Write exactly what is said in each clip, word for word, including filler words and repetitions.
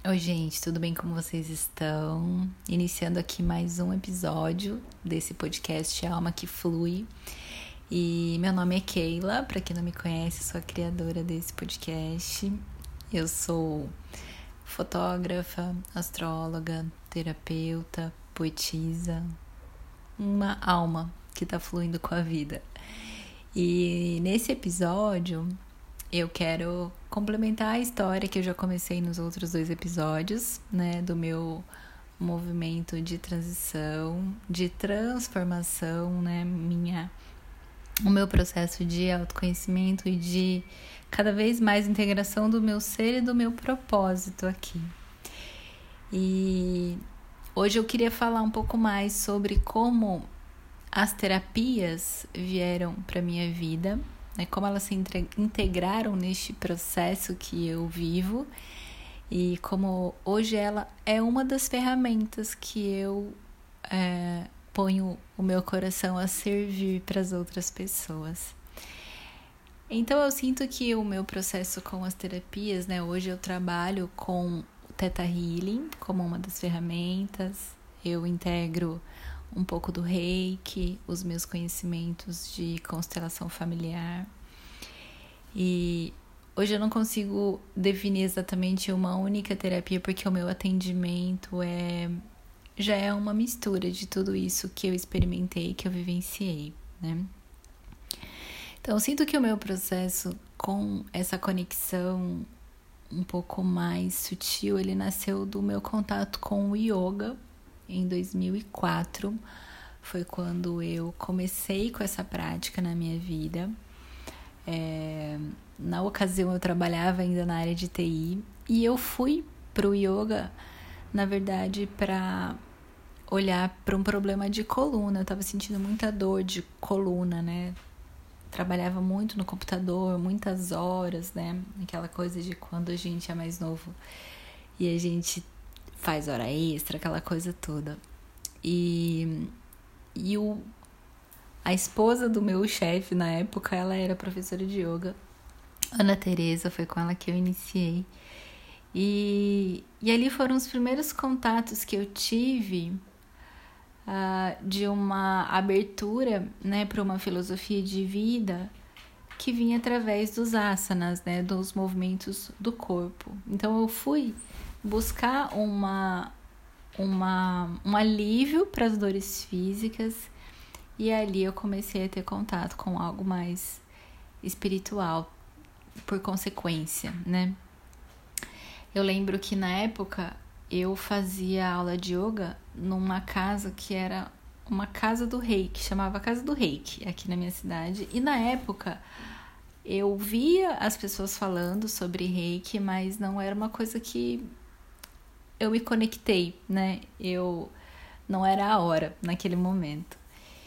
Oi, gente, tudo bem? Como vocês estão? Iniciando aqui mais um episódio desse podcast Alma que Flui. E meu nome é Keila, para quem não me conhece, sou a criadora desse podcast. Eu sou fotógrafa, astróloga, terapeuta, poetisa, uma alma que tá fluindo com a vida. E nesse episódio eu quero complementar a história que eu já comecei nos outros dois episódios, né, do meu movimento de transição, de transformação, né, minha, o meu processo de autoconhecimento e de cada vez mais integração do meu ser e do meu propósito aqui. E hoje eu queria falar um pouco mais sobre como as terapias vieram para minha vida, né, como elas se integraram neste processo que eu vivo e como hoje ela é uma das ferramentas que eu é, ponho o meu coração a servir para as outras pessoas. Então eu sinto que o meu processo com as terapias, né, hoje eu trabalho com o Theta Healing como uma das ferramentas, eu integro um pouco do Reiki, os meus conhecimentos de constelação familiar. E hoje eu não consigo definir exatamente uma única terapia, porque o meu atendimento é, já é uma mistura de tudo isso que eu experimentei, que eu vivenciei, né? Então, eu sinto que o meu processo com essa conexão um pouco mais sutil, ele nasceu do meu contato com o yoga, em dois mil e quatro, foi quando eu comecei com essa prática na minha vida. É, na ocasião eu trabalhava ainda na área de T I e eu fui para o yoga, na verdade, para olhar para um problema de coluna. Eu estava sentindo muita dor de coluna, né? Trabalhava muito no computador, muitas horas, né? Aquela coisa de quando a gente é mais novo e a gente faz hora extra, aquela coisa toda. E, e o, a esposa do meu chefe na época, ela era professora de yoga, Ana Teresa, foi com ela que eu iniciei. E, e ali foram os primeiros contatos que eu tive uh, de uma abertura, né, para uma filosofia de vida que vinha através dos asanas, né, dos movimentos do corpo. Então eu fui buscar uma, uma, um alívio para as dores físicas e ali eu comecei a ter contato com algo mais espiritual, por consequência, né? Eu lembro que na época eu fazia aula de yoga numa casa que era uma casa do Reiki, chamava Casa do Reiki, aqui na minha cidade, e na época eu via as pessoas falando sobre Reiki, mas não era uma coisa que eu me conectei, né? Eu não era a hora naquele momento.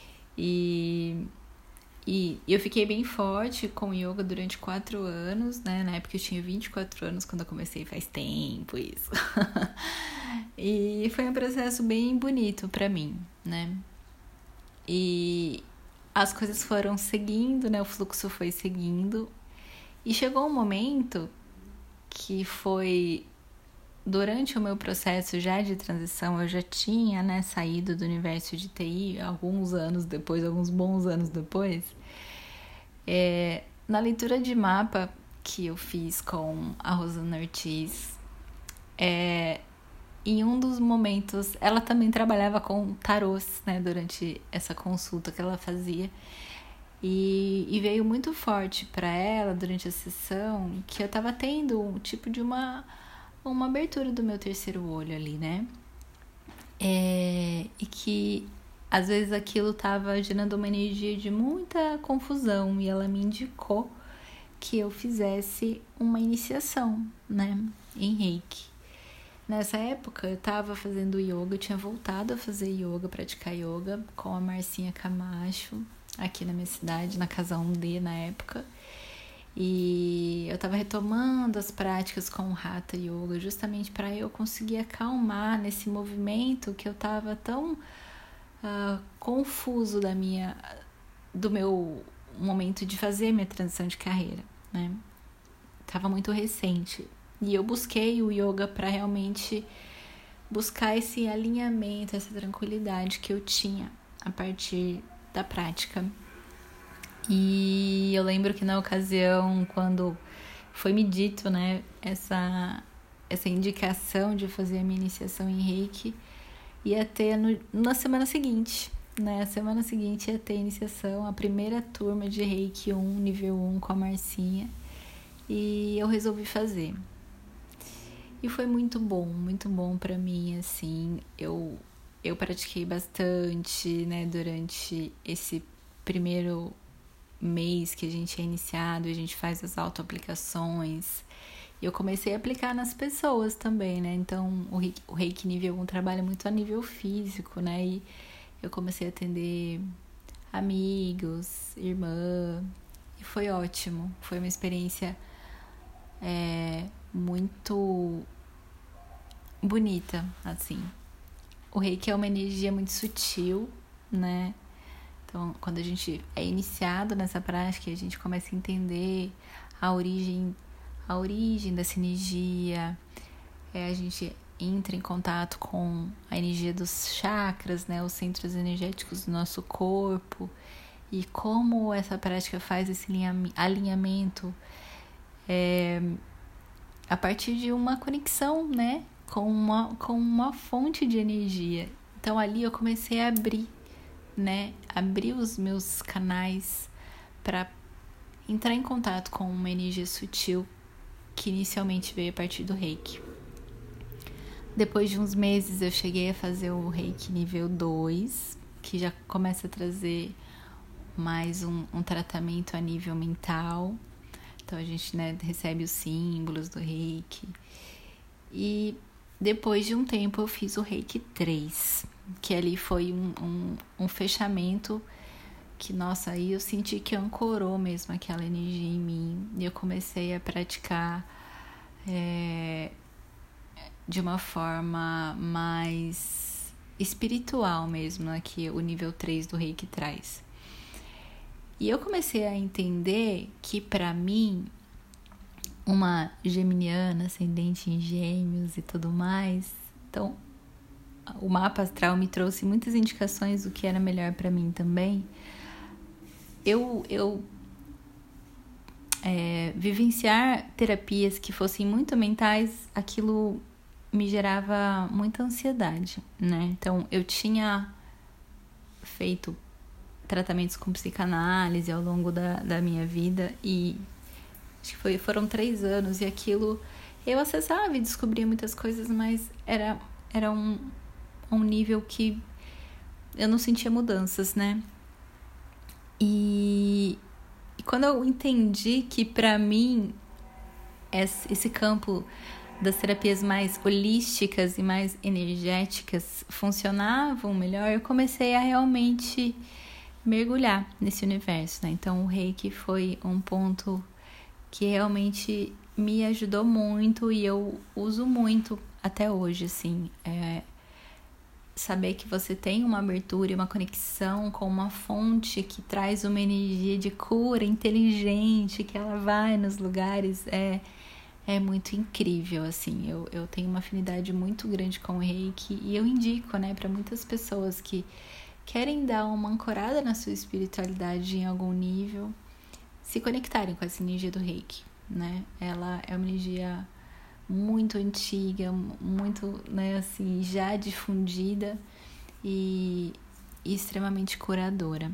E, e eu fiquei bem forte com yoga durante quatro anos, né? Na época eu tinha vinte e quatro anos quando eu comecei, faz tempo isso. E foi um processo bem bonito pra mim, né? E as coisas foram seguindo, né? O fluxo foi seguindo. E chegou um momento que foi durante o meu processo já de transição, eu já tinha, né, saído do universo de T I alguns anos depois, alguns bons anos depois. É, na leitura de mapa que eu fiz com a Rosana Ortiz, é, em um dos momentos, ela também trabalhava com tarôs, né, durante essa consulta que ela fazia. E, e veio muito forte para ela durante a sessão que eu tava tendo um tipo de uma uma abertura do meu terceiro olho ali, né? É, e que às vezes aquilo tava gerando uma energia de muita confusão e ela me indicou que eu fizesse uma iniciação, né, em Reiki. Nessa época eu tava fazendo yoga, eu tinha voltado a fazer yoga, praticar yoga com a Marcinha Camacho aqui na minha cidade, na Casa um D na época. E eu estava retomando as práticas com o Hatha Yoga justamente para eu conseguir acalmar nesse movimento que eu estava tão uh, confuso da minha, do meu momento de fazer minha transição de carreira, né? Tava muito recente E eu busquei o yoga para realmente buscar esse alinhamento, essa tranquilidade que eu tinha a partir da prática. E eu lembro que na ocasião, quando foi me dito, né, essa, essa indicação de fazer a minha iniciação em Reiki, ia ter no, na semana seguinte, né, a semana seguinte ia ter a iniciação, a primeira turma de Reiki um, nível um com a Marcinha, e eu resolvi fazer. E foi muito bom, muito bom pra mim, assim, eu, eu pratiquei bastante, né, durante esse primeiro mês que a gente é iniciado, a gente faz as auto-aplicações, e eu comecei a aplicar nas pessoas também, né, então o Reiki, o Reiki nível um trabalha muito a nível físico, né, e eu comecei a atender amigos, irmã, e foi ótimo, foi uma experiência é, muito bonita, assim. O Reiki é uma energia muito sutil, né? Então, quando a gente é iniciado nessa prática, a gente começa a entender a origem, a origem dessa energia, é, a gente entra em contato com a energia dos chakras, né? Os centros energéticos do nosso corpo, e como essa prática faz esse alinhamento é, a partir de uma conexão, né, com uma, com uma fonte de energia. Então ali eu comecei a abrir, né, abrir os meus canais para entrar em contato com uma energia sutil que inicialmente veio a partir do Reiki. Depois de uns meses eu cheguei a fazer o Reiki nível dois, que já começa a trazer mais um, um tratamento a nível mental. Então a gente, né, recebe os símbolos do Reiki. E depois de um tempo eu fiz o Reiki três, que ali foi um, um, um fechamento que, nossa, aí eu senti que ancorou mesmo aquela energia em mim. E eu comecei a praticar é, de uma forma mais espiritual mesmo, né, que o nível três do Reiki traz. E eu comecei a entender que, para mim, uma geminiana, ascendente em gêmeos e tudo mais, então o mapa astral me trouxe muitas indicações do que era melhor para mim também. Eu, eu é, vivenciar terapias que fossem muito mentais, aquilo me gerava muita ansiedade, né? Então eu tinha feito tratamentos com psicanálise ao longo da, da minha vida, e acho que foi, foram três anos, e aquilo eu acessava e descobria muitas coisas, mas era, era um, um nível que eu não sentia mudanças, né? E, e quando eu entendi que para mim esse, esse campo das terapias mais holísticas e mais energéticas funcionavam melhor, eu comecei a realmente mergulhar nesse universo, né? Então o Reiki foi um ponto que realmente me ajudou muito, e eu uso muito até hoje, assim, é saber que você tem uma abertura e uma conexão com uma fonte que traz uma energia de cura inteligente, que ela vai nos lugares, é, é muito incrível, assim. Eu, eu tenho uma afinidade muito grande com o Reiki, e eu indico, né, para muitas pessoas que querem dar uma ancorada na sua espiritualidade em algum nível, se conectarem com essa energia do Reiki, né? Ela é uma energia muito antiga, muito, né, assim, já difundida e, e extremamente curadora.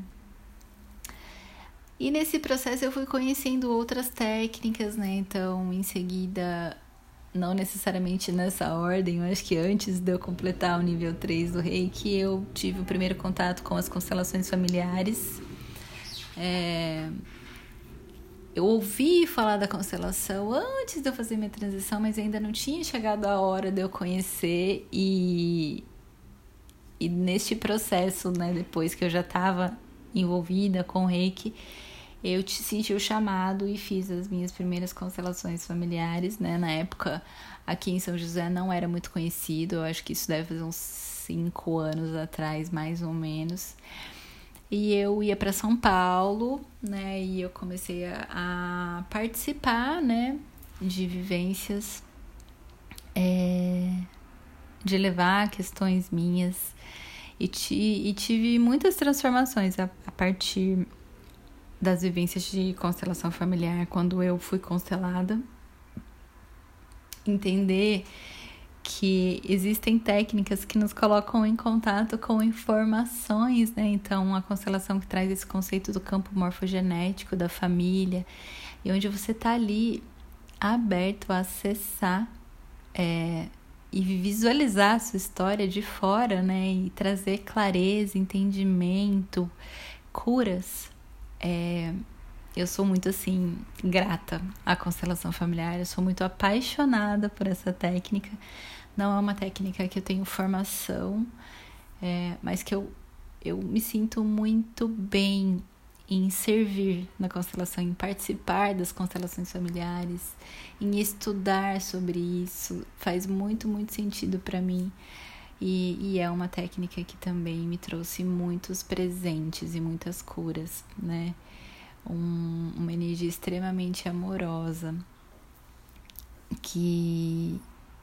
E nesse processo eu fui conhecendo outras técnicas, né? Então, em seguida, não necessariamente nessa ordem, eu acho que antes de eu completar o nível três do Reiki, eu tive o primeiro contato com as constelações familiares. É... Eu ouvi falar da constelação antes de eu fazer minha transição, mas ainda não tinha chegado a hora de eu conhecer, e, e neste processo, né, depois que eu já estava envolvida com o Reiki, eu senti o chamado e fiz as minhas primeiras constelações familiares, né? Na época, aqui em São José não era muito conhecido, eu acho que isso deve fazer uns cinco anos atrás, mais ou menos. E eu ia para São Paulo, né? E eu comecei a, a participar, né, de vivências de levar questões minhas e, ti, e tive muitas transformações a, a partir das vivências de constelação familiar, quando eu fui constelada. Entender que existem técnicas que nos colocam em contato com informações, né? Então, a constelação que traz esse conceito do campo morfogenético da família, e onde você está ali aberto a acessar é, e visualizar a sua história de fora, né? E trazer clareza, entendimento, curas. É, eu sou muito, assim, grata à constelação familiar, eu sou muito apaixonada por essa técnica. Não é uma técnica que eu tenho formação, é, mas que eu, eu me sinto muito bem em servir na constelação, em participar das constelações familiares, em estudar sobre isso. Faz muito, muito sentido para mim. E, e é uma técnica que também me trouxe muitos presentes e muitas curas, né? Um, uma energia extremamente amorosa que,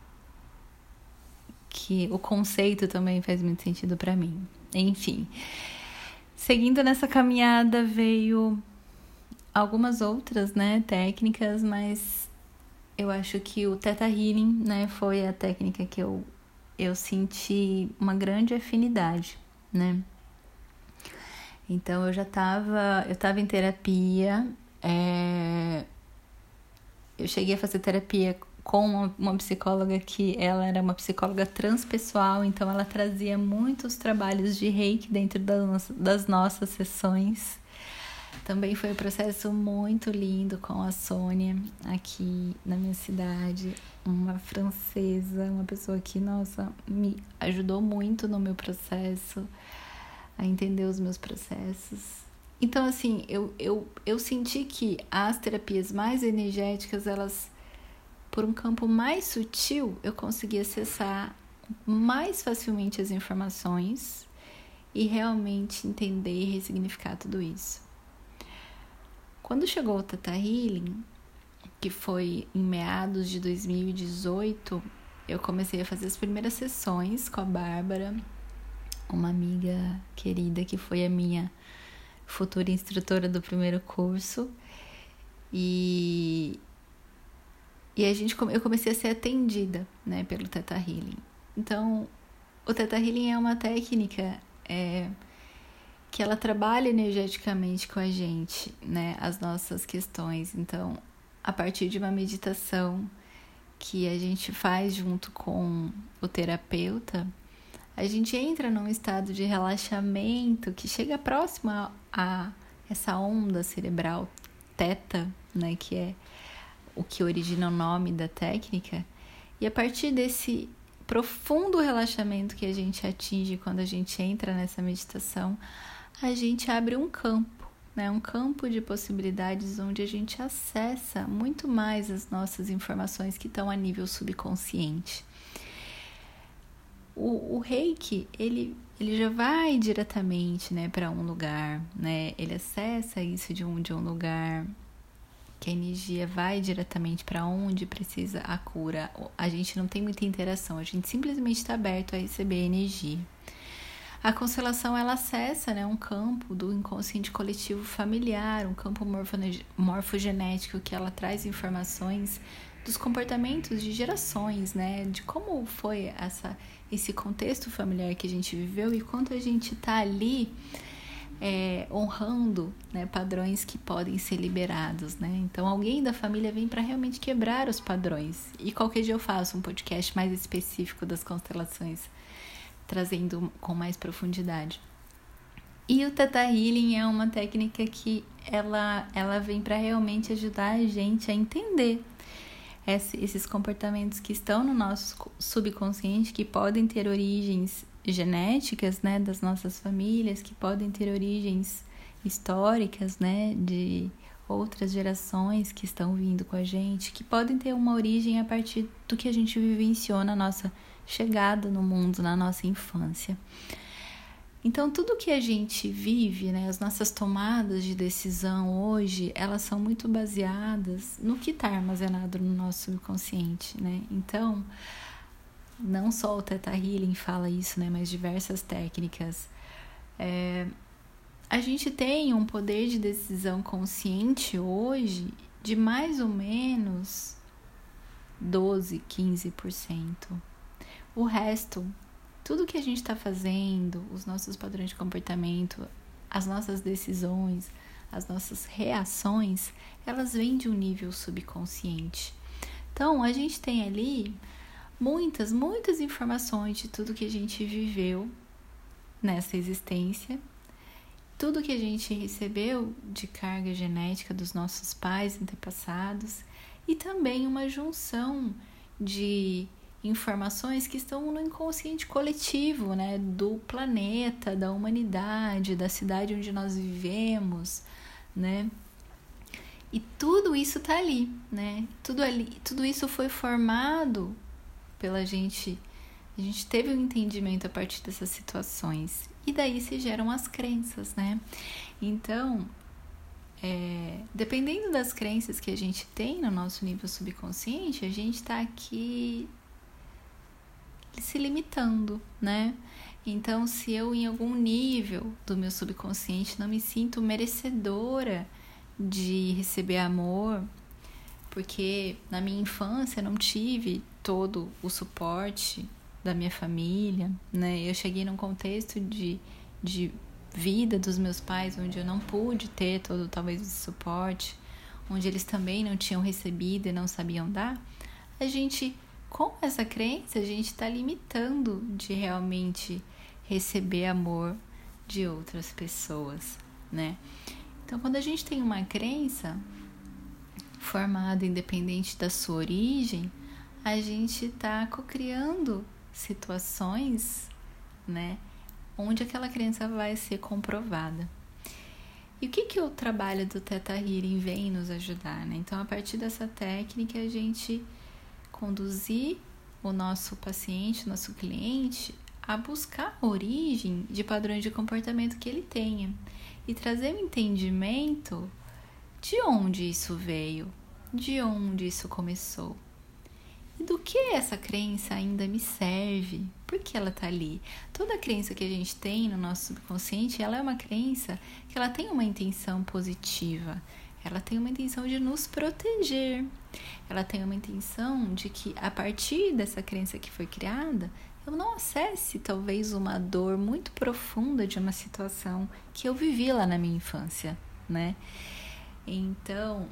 que o conceito também faz muito sentido para mim. Enfim, seguindo nessa caminhada veio algumas outras, né, técnicas, mas eu acho que o Theta Healing, né, foi a técnica que eu, eu senti uma grande afinidade, né? Então, eu já estava eu tava em terapia, é, eu cheguei a fazer terapia com uma, uma psicóloga que ela era uma psicóloga transpessoal, então ela trazia muitos trabalhos de reiki dentro das, das nossas sessões. Também foi um processo muito lindo com a Sônia, aqui na minha cidade, uma francesa, uma pessoa que, nossa, me ajudou muito no meu processo, a entender os meus processos. Então, assim, eu, eu, eu senti que as terapias mais energéticas, elas, por um campo mais sutil, eu consegui acessar mais facilmente as informações e realmente entender e ressignificar tudo isso. Quando chegou o Theta Healing, que foi em meados de dois mil e dezoito, eu comecei a fazer as primeiras sessões com a Bárbara, uma amiga querida que foi a minha futura instrutora do primeiro curso. E, e a gente, eu comecei a ser atendida, né, pelo Theta Healing. Então, o Theta Healing é uma técnica é, que ela trabalha energeticamente com a gente, né, as nossas questões. Então, a partir de uma meditação que a gente faz junto com o terapeuta, a gente entra num estado de relaxamento que chega próximo a, a essa onda cerebral teta, né, que é o que origina o nome da técnica. E a partir desse profundo relaxamento que a gente atinge quando a gente entra nessa meditação, a gente abre um campo, né, um campo de possibilidades onde a gente acessa muito mais as nossas informações que estão a nível subconsciente. O, o reiki, ele, ele já vai diretamente, né, para um lugar, né? Ele acessa isso de um, de um lugar, que a energia vai diretamente para onde precisa a cura. A gente não tem muita interação, a gente simplesmente está aberto a receber energia. A constelação, ela acessa, né, um campo do inconsciente coletivo familiar, um campo morfogenético que ela traz informações dos comportamentos de gerações, né, de como foi essa, esse contexto familiar que a gente viveu e quanto a gente está ali é, honrando, né, padrões que podem ser liberados, né. Então, alguém da família vem para realmente quebrar os padrões. E qualquer dia eu faço um podcast mais específico das constelações, trazendo com mais profundidade. E o Theta Healing é uma técnica que ela, ela vem para realmente ajudar a gente a entender esses comportamentos que estão no nosso subconsciente, que podem ter origens genéticas, né, das nossas famílias, que podem ter origens históricas, né, de outras gerações que estão vindo com a gente, que podem ter uma origem a partir do que a gente vivenciou na nossa chegada no mundo, na nossa infância. Então, tudo que a gente vive, né, as nossas tomadas de decisão hoje, elas são muito baseadas no que está armazenado no nosso subconsciente, né? Então, não só o Theta Healing fala isso, né, mas diversas técnicas, é, a gente tem um poder de decisão consciente hoje de mais ou menos doze, quinze por cento. O resto, tudo que a gente está fazendo, os nossos padrões de comportamento, as nossas decisões, as nossas reações, elas vêm de um nível subconsciente. Então, a gente tem ali muitas, muitas informações de tudo que a gente viveu nessa existência, tudo que a gente recebeu de carga genética dos nossos pais antepassados e também uma junção de informações que estão no inconsciente coletivo, né, do planeta, da humanidade, da cidade onde nós vivemos, né? E tudo isso tá ali, né? Tudo ali, tudo isso foi formado pela gente. A gente teve um entendimento a partir dessas situações e daí se geram as crenças, né? Então, é, dependendo das crenças que a gente tem no nosso nível subconsciente, a gente tá aqui se limitando, né? Então, se eu em algum nível do meu subconsciente não me sinto merecedora de receber amor, porque na minha infância não tive todo o suporte da minha família, né? Eu cheguei num contexto de, de vida dos meus pais onde eu não pude ter todo talvez esse suporte, onde eles também não tinham recebido e não sabiam dar. A gente, com essa crença, a gente está limitando de realmente receber amor de outras pessoas, né? Então, quando a gente tem uma crença formada independente da sua origem, a gente está cocriando situações, né, onde aquela crença vai ser comprovada. E o que, que o trabalho do Theta Healing vem nos ajudar, né? Então, a partir dessa técnica, a gente conduzir o nosso paciente, o nosso cliente, a buscar a origem de padrões de comportamento que ele tenha e trazer um entendimento de onde isso veio, de onde isso começou e do que essa crença ainda me serve, por que ela está ali. Toda crença que a gente tem no nosso subconsciente, ela é uma crença que ela tem uma intenção positiva, ela tem uma intenção de nos proteger, ela tem uma intenção de que a partir dessa crença que foi criada, eu não acesse talvez uma dor muito profunda de uma situação que eu vivi lá na minha infância, né? Então,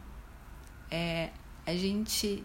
é, a gente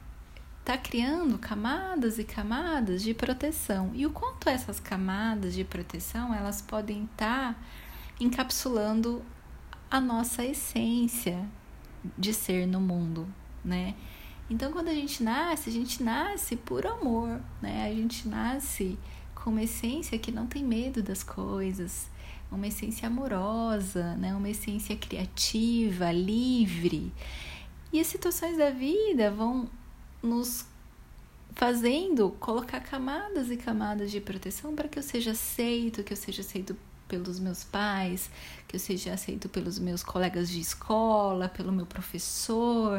tá criando camadas e camadas de proteção. E o quanto essas camadas de proteção, elas podem estar tá encapsulando a nossa essência de ser no mundo, né? Então, quando a gente nasce, a gente nasce por amor, né? A gente nasce com uma essência que não tem medo das coisas, uma essência amorosa, né? Uma essência criativa, livre. E as situações da vida vão nos fazendo colocar camadas e camadas de proteção para que eu seja aceito, que eu seja aceito pelos meus pais, que eu seja aceito pelos meus colegas de escola, pelo meu professor.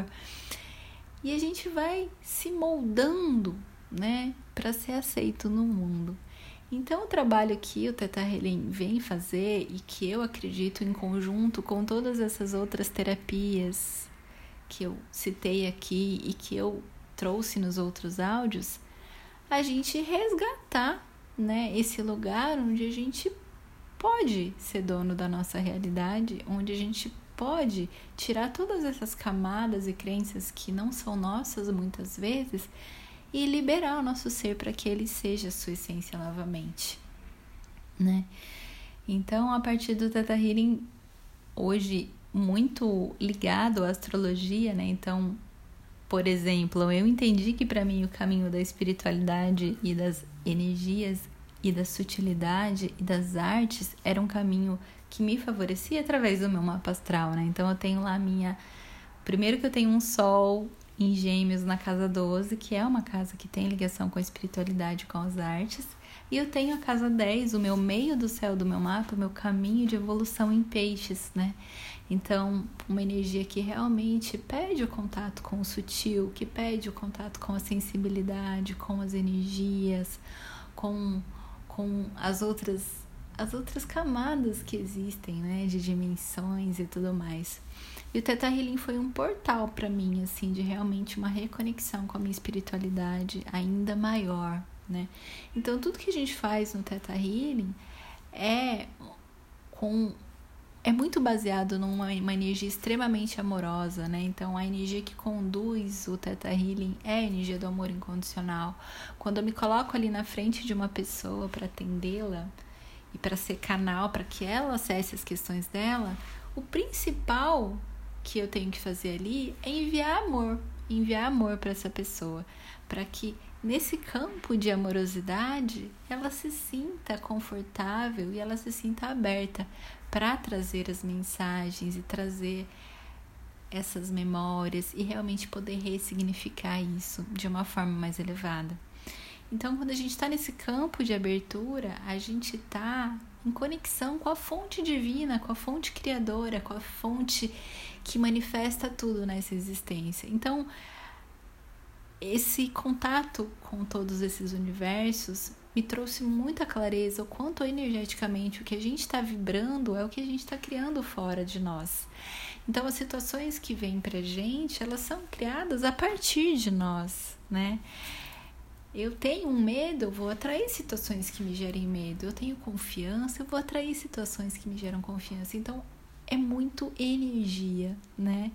E a gente vai se moldando, né, para ser aceito no mundo. Então, o trabalho que o Theta Healing vem fazer e que eu acredito em conjunto com todas essas outras terapias que eu citei aqui e que eu trouxe nos outros áudios, a gente resgatar, né, esse lugar onde a gente pode ser dono da nossa realidade, onde a gente pode tirar todas essas camadas e crenças que não são nossas muitas vezes e liberar o nosso ser para que ele seja a sua essência novamente, né? Então, a partir do Theta Healing, hoje muito ligado à astrologia, né? Então, por exemplo, eu entendi que para mim o caminho da espiritualidade e das energias e da sutilidade e das artes era um caminho que me favorecia através do meu mapa astral, né? Então eu tenho lá a minha... Primeiro que eu tenho um sol em Gêmeos na casa doze, que é uma casa que tem ligação com a espiritualidade, com as artes. E eu tenho a casa dez, o meu meio do céu do meu mapa, o meu caminho de evolução em Peixes, né? Então, uma energia que realmente pede o contato com o sutil, que pede o contato com a sensibilidade, com as energias, com, com as outras, as outras camadas que existem, né? De dimensões e tudo mais. E o Theta Healing foi um portal para mim, assim, de realmente uma reconexão com a minha espiritualidade ainda maior, né? Então, tudo que a gente faz no Theta Healing é com... é muito baseado numa uma energia extremamente amorosa, né? Então, a energia que conduz o Theta Healing é a energia do amor incondicional. Quando eu me coloco ali na frente de uma pessoa para atendê-la e para ser canal, para que ela acesse as questões dela, o principal que eu tenho que fazer ali é enviar amor, enviar amor para essa pessoa, para que nesse campo de amorosidade ela se sinta confortável e ela se sinta aberta para trazer as mensagens e trazer essas memórias e realmente poder ressignificar isso de uma forma mais elevada. Então, quando a gente está nesse campo de abertura, a gente está em conexão com a fonte divina, com a fonte criadora, com a fonte que manifesta tudo nessa existência. Então, esse contato com todos esses universos me trouxe muita clareza o quanto energeticamente o que a gente está vibrando é o que a gente está criando fora de nós. Então, as situações que vêm pra gente, elas são criadas a partir de nós, né? Eu tenho um medo, eu vou atrair situações que me gerem medo. Eu tenho confiança, eu vou atrair situações que me geram confiança. Então, é muito energia, né?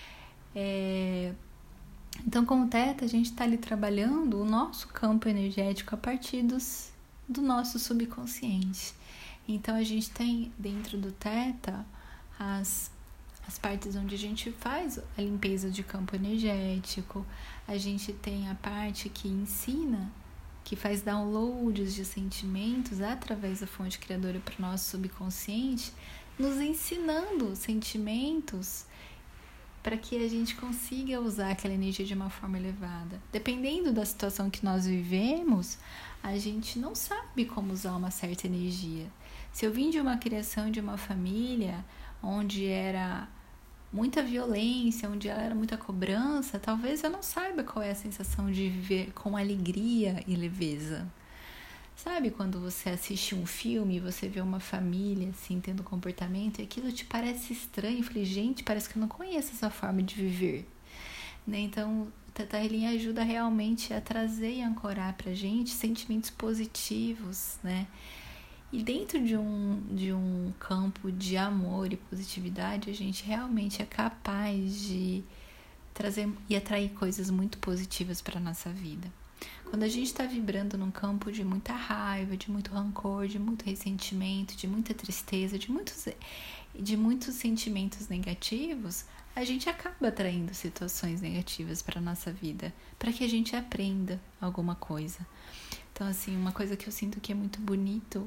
É... Então, com o Theta, a gente está ali trabalhando o nosso campo energético a partir dos, do nosso subconsciente. Então, a gente tem dentro do Theta as, as partes onde a gente faz a limpeza de campo energético. A gente tem a parte que ensina, que faz downloads de sentimentos através da fonte criadora para o nosso subconsciente, nos ensinando sentimentos para que a gente consiga usar aquela energia de uma forma elevada. Dependendo da situação que nós vivemos, a gente não sabe como usar uma certa energia. Se eu vim de uma criação de uma família onde era muita violência, onde era muita cobrança, talvez eu não saiba qual é a sensação de viver com alegria e leveza. Sabe quando você assiste um filme e você vê uma família assim, tendo comportamento e aquilo te parece estranho? Eu falei, gente, parece que eu não conheço essa forma de viver, né? Então, o Theta Healing ajuda realmente a trazer e ancorar pra gente sentimentos positivos, né? E dentro de um, de um campo de amor e positividade, a gente realmente é capaz de trazer e atrair coisas muito positivas para a nossa vida. Quando a gente está vibrando num campo de muita raiva, de muito rancor, de muito ressentimento, de muita tristeza, de muitos, de muitos sentimentos negativos, a gente acaba atraindo situações negativas para a nossa vida, para que a gente aprenda alguma coisa. Então, assim, uma coisa que eu sinto que é muito bonito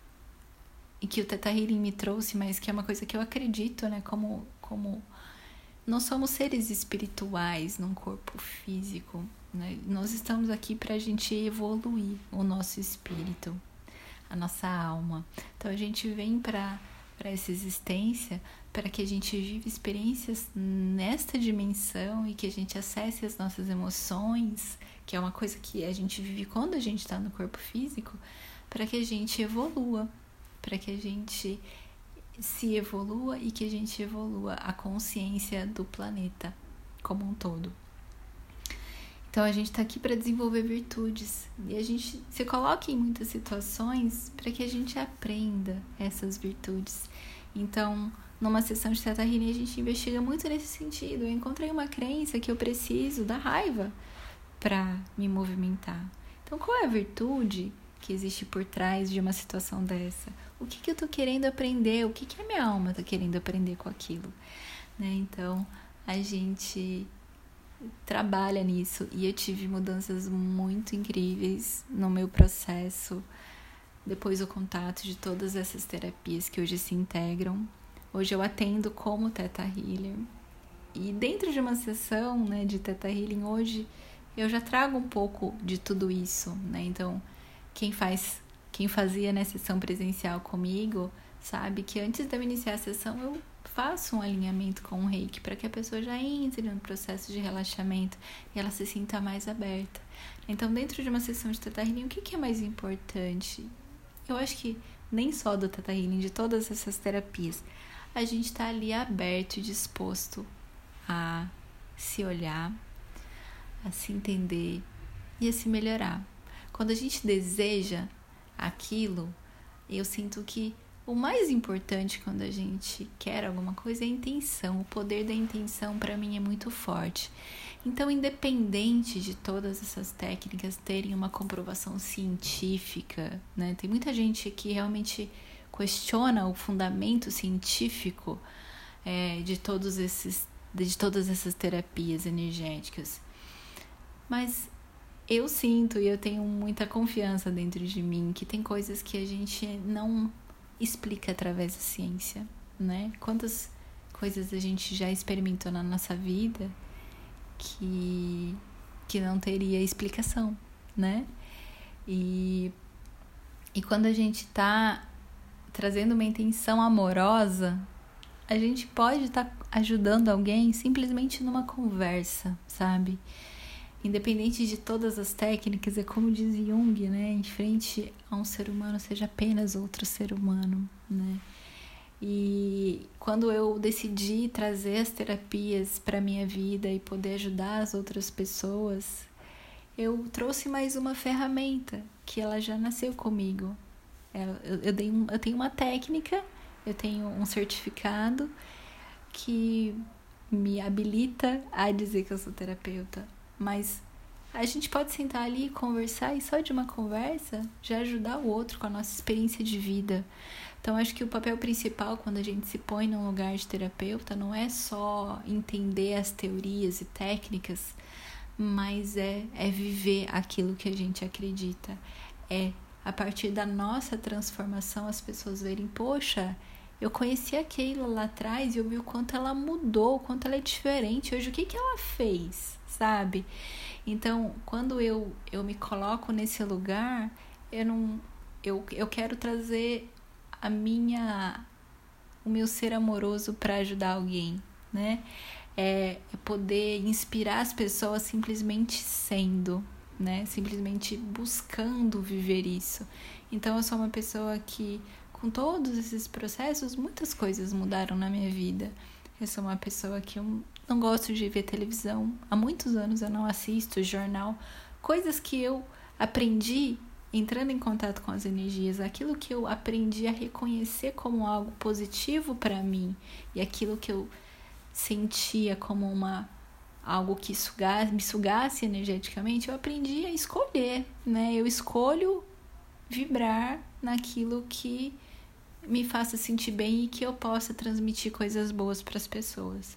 e que o Theta Healing me trouxe, mas que é uma coisa que eu acredito, né? Como, como nós somos seres espirituais num corpo físico, né? Nós estamos aqui para a gente evoluir o nosso espírito, a nossa alma. Então, a gente vem para para essa existência para que a gente viva experiências nesta dimensão e que a gente acesse as nossas emoções, que é uma coisa que a gente vive quando a gente está no corpo físico, para que a gente evolua, para que a gente se evolua e que a gente evolua a consciência do planeta como um todo. Então, a gente está aqui para desenvolver virtudes e a gente se coloca em muitas situações para que a gente aprenda essas virtudes. Então, numa sessão de Theta Healing, a gente investiga muito nesse sentido. Eu encontrei uma crença que eu preciso da raiva para me movimentar. Então, qual é a virtude que existe por trás de uma situação dessa? O que, que eu estou querendo aprender? O que, que a minha alma está querendo aprender com aquilo? Né? Então, a gente trabalha nisso e eu tive mudanças muito incríveis no meu processo depois do contato de todas essas terapias que hoje se integram. Hoje eu atendo como Theta Healer e dentro de uma sessão, né, de Theta Healing hoje, eu já trago um pouco de tudo isso, né? Então, quem faz, quem fazia, né, sessão presencial comigo, sabe que antes de eu iniciar a sessão, eu faço um alinhamento com o Reiki para que a pessoa já entre no processo de relaxamento e ela se sinta mais aberta. Então, dentro de uma sessão de Theta Healing, o que, que é mais importante? Eu acho que nem só do Theta Healing, de todas essas terapias, a gente está ali aberto e disposto a se olhar, a se entender e a se melhorar. Quando a gente deseja aquilo, eu sinto que o mais importante quando a gente quer alguma coisa é a intenção. O poder da intenção para mim é muito forte. Então, independente de todas essas técnicas terem uma comprovação científica, né? Tem muita gente que realmente questiona o fundamento científico é, de todos esses, de todas essas terapias energéticas. Mas eu sinto e eu tenho muita confiança dentro de mim que tem coisas que a gente não explica através da ciência, né? Quantas coisas a gente já experimentou na nossa vida que, que não teria explicação, né? E, e quando a gente tá trazendo uma intenção amorosa, a gente pode estar tá ajudando alguém simplesmente numa conversa, sabe? Independente de todas as técnicas, é como diz Jung, né? Em frente a um ser humano, seja apenas outro ser humano, né? E quando eu decidi trazer as terapias para minha vida e poder ajudar as outras pessoas, eu trouxe mais uma ferramenta que ela já nasceu comigo. Eu, eu, dei um, eu tenho uma técnica, eu tenho um certificado que me habilita a dizer que eu sou terapeuta. Mas a gente pode sentar ali e conversar e só de uma conversa já ajudar o outro com a nossa experiência de vida. Então, acho que o papel principal quando a gente se põe num lugar de terapeuta não é só entender as teorias e técnicas, mas é, é viver aquilo que a gente acredita. É, a partir da nossa transformação, as pessoas verem, poxa, eu conheci a Keila lá atrás e eu vi o quanto ela mudou, o quanto ela é diferente. Hoje, o que, que ela fez, sabe? Então, quando eu, eu me coloco nesse lugar, eu, não, eu, eu quero trazer a minha, o meu ser amoroso para ajudar alguém, né? É, é poder inspirar as pessoas simplesmente sendo, né? Simplesmente buscando viver isso. Então, eu sou uma pessoa que, com todos esses processos, muitas coisas mudaram na minha vida. Eu sou uma pessoa que eu não gosto de ver televisão. Há muitos anos eu não assisto jornal. Coisas que eu aprendi entrando em contato com as energias. Aquilo que eu aprendi a reconhecer como algo positivo para mim. E aquilo que eu sentia como uma, algo que suga, me sugasse energeticamente, eu aprendi a escolher, né? Eu escolho vibrar naquilo que me faça sentir bem e que eu possa transmitir coisas boas para as pessoas.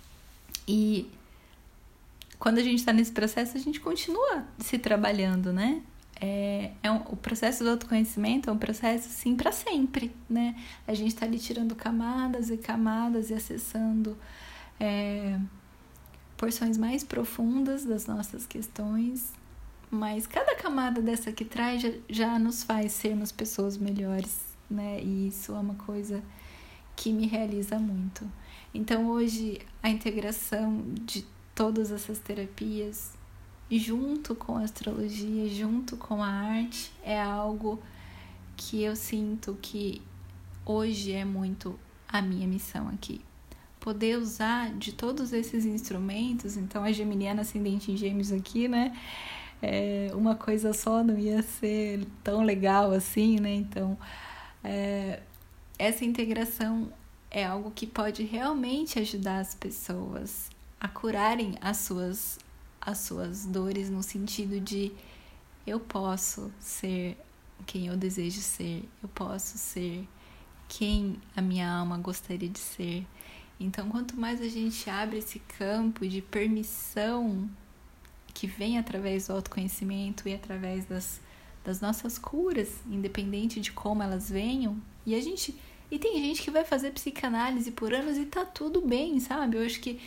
E quando a gente está nesse processo, a gente continua se trabalhando, né? É, é um, o processo do autoconhecimento é um processo, sim, para sempre, né? A gente está ali tirando camadas e camadas e acessando é, porções mais profundas das nossas questões, mas cada camada dessa que traz já, já nos faz sermos pessoas melhores, né? E isso é uma coisa que me realiza muito. Então, hoje, a integração de todas essas terapias junto com a astrologia, junto com a arte, é algo que eu sinto que hoje é muito a minha missão aqui. Poder usar de todos esses instrumentos, então a geminiana ascendente em gêmeos aqui, né? É, uma coisa só não ia ser tão legal assim, né? Então, é, essa integração é algo que pode realmente ajudar as pessoas a curarem as suas as suas dores, no sentido de eu posso ser quem eu desejo ser, eu posso ser quem a minha alma gostaria de ser. Então, quanto mais a gente abre esse campo de permissão que vem através do autoconhecimento e através das, das nossas curas, independente de como elas venham, e a gente e tem gente que vai fazer psicanálise por anos e tá tudo bem, sabe? Eu acho que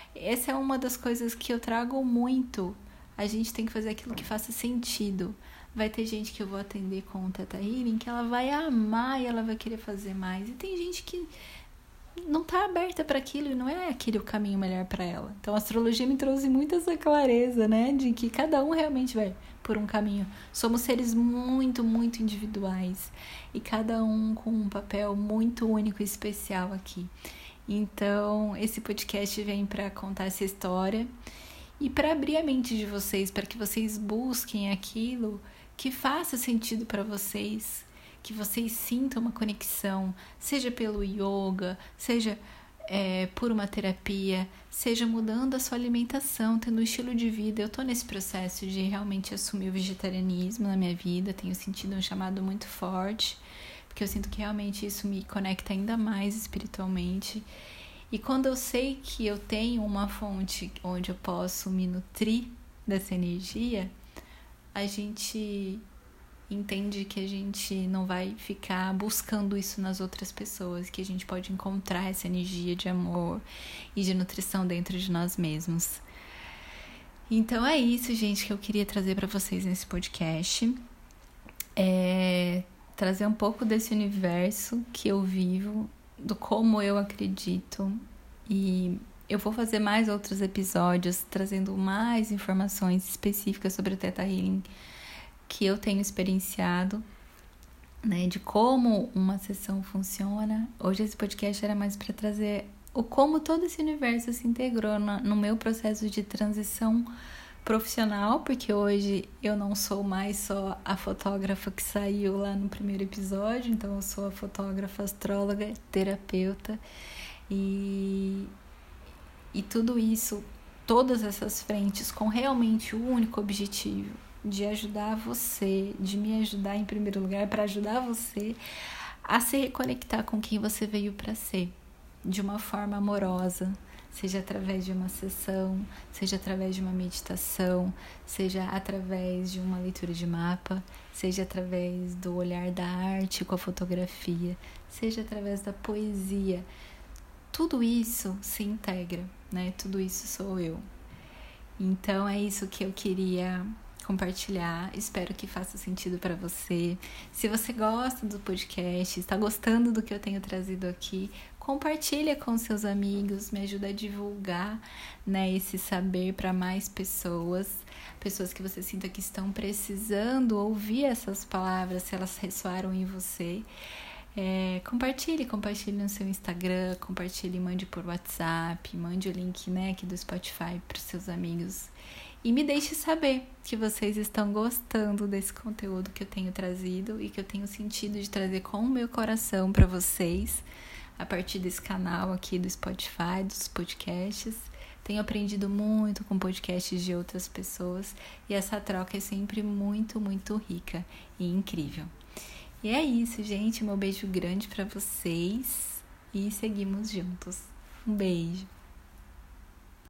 essa é uma das coisas que eu trago muito. A gente tem que fazer aquilo que faça sentido. Vai ter gente que eu vou atender com o Theta Healing que ela vai amar e ela vai querer fazer mais. E tem gente que não tá aberta para aquilo e não é aquele o caminho melhor para ela. Então a astrologia me trouxe muito essa clareza, né, de que cada um realmente vai por um caminho. Somos seres muito, muito individuais e cada um com um papel muito único e especial aqui. Então esse podcast vem para contar essa história e para abrir a mente de vocês, para que vocês busquem aquilo que faça sentido para vocês, que vocês sintam uma conexão, seja pelo yoga, seja é, por uma terapia, seja mudando a sua alimentação, tendo um estilo de vida. Eu tô nesse processo de realmente assumir o vegetarianismo na minha vida, tenho sentido um chamado muito forte, porque eu sinto que realmente isso me conecta ainda mais espiritualmente. E quando eu sei que eu tenho uma fonte onde eu posso me nutrir dessa energia, a gente entende que a gente não vai ficar buscando isso nas outras pessoas, que a gente pode encontrar essa energia de amor e de nutrição dentro de nós mesmos. Então é isso, gente, que eu queria trazer para vocês nesse podcast. É trazer um pouco desse universo que eu vivo, do como eu acredito, e eu vou fazer mais outros episódios trazendo mais informações específicas sobre o Theta Healing que eu tenho experienciado, né, de como uma sessão funciona. Hoje esse podcast era mais para trazer o como todo esse universo se integrou no, no meu processo de transição profissional, porque hoje eu não sou mais só a fotógrafa que saiu lá no primeiro episódio, então eu sou a fotógrafa, astróloga, terapeuta e, e tudo isso, todas essas frentes com realmente o único objetivo de ajudar você, de me ajudar em primeiro lugar, para ajudar você a se reconectar com quem você veio para ser, de uma forma amorosa, seja através de uma sessão, seja através de uma meditação, seja através de uma leitura de mapa, seja através do olhar da arte com a fotografia, seja através da poesia. Tudo isso se integra, né? Tudo isso sou eu. Então é isso que eu queria compartilhar, espero que faça sentido para você. Se você gosta do podcast, está gostando do que eu tenho trazido aqui, compartilha com seus amigos, me ajuda a divulgar, né, esse saber para mais pessoas, pessoas que você sinta que estão precisando ouvir essas palavras, se elas ressoaram em você. É, compartilhe, compartilhe no seu Instagram, compartilhe, mande por WhatsApp, mande o link, né, aqui do Spotify para os seus amigos. E me deixe saber que vocês estão gostando desse conteúdo que eu tenho trazido e que eu tenho sentido de trazer com o meu coração para vocês, a partir desse canal aqui do Spotify, dos podcasts. Tenho aprendido muito com podcasts de outras pessoas e essa troca é sempre muito, muito rica e incrível. E é isso, gente. Meu beijo grande para vocês e seguimos juntos. Um beijo.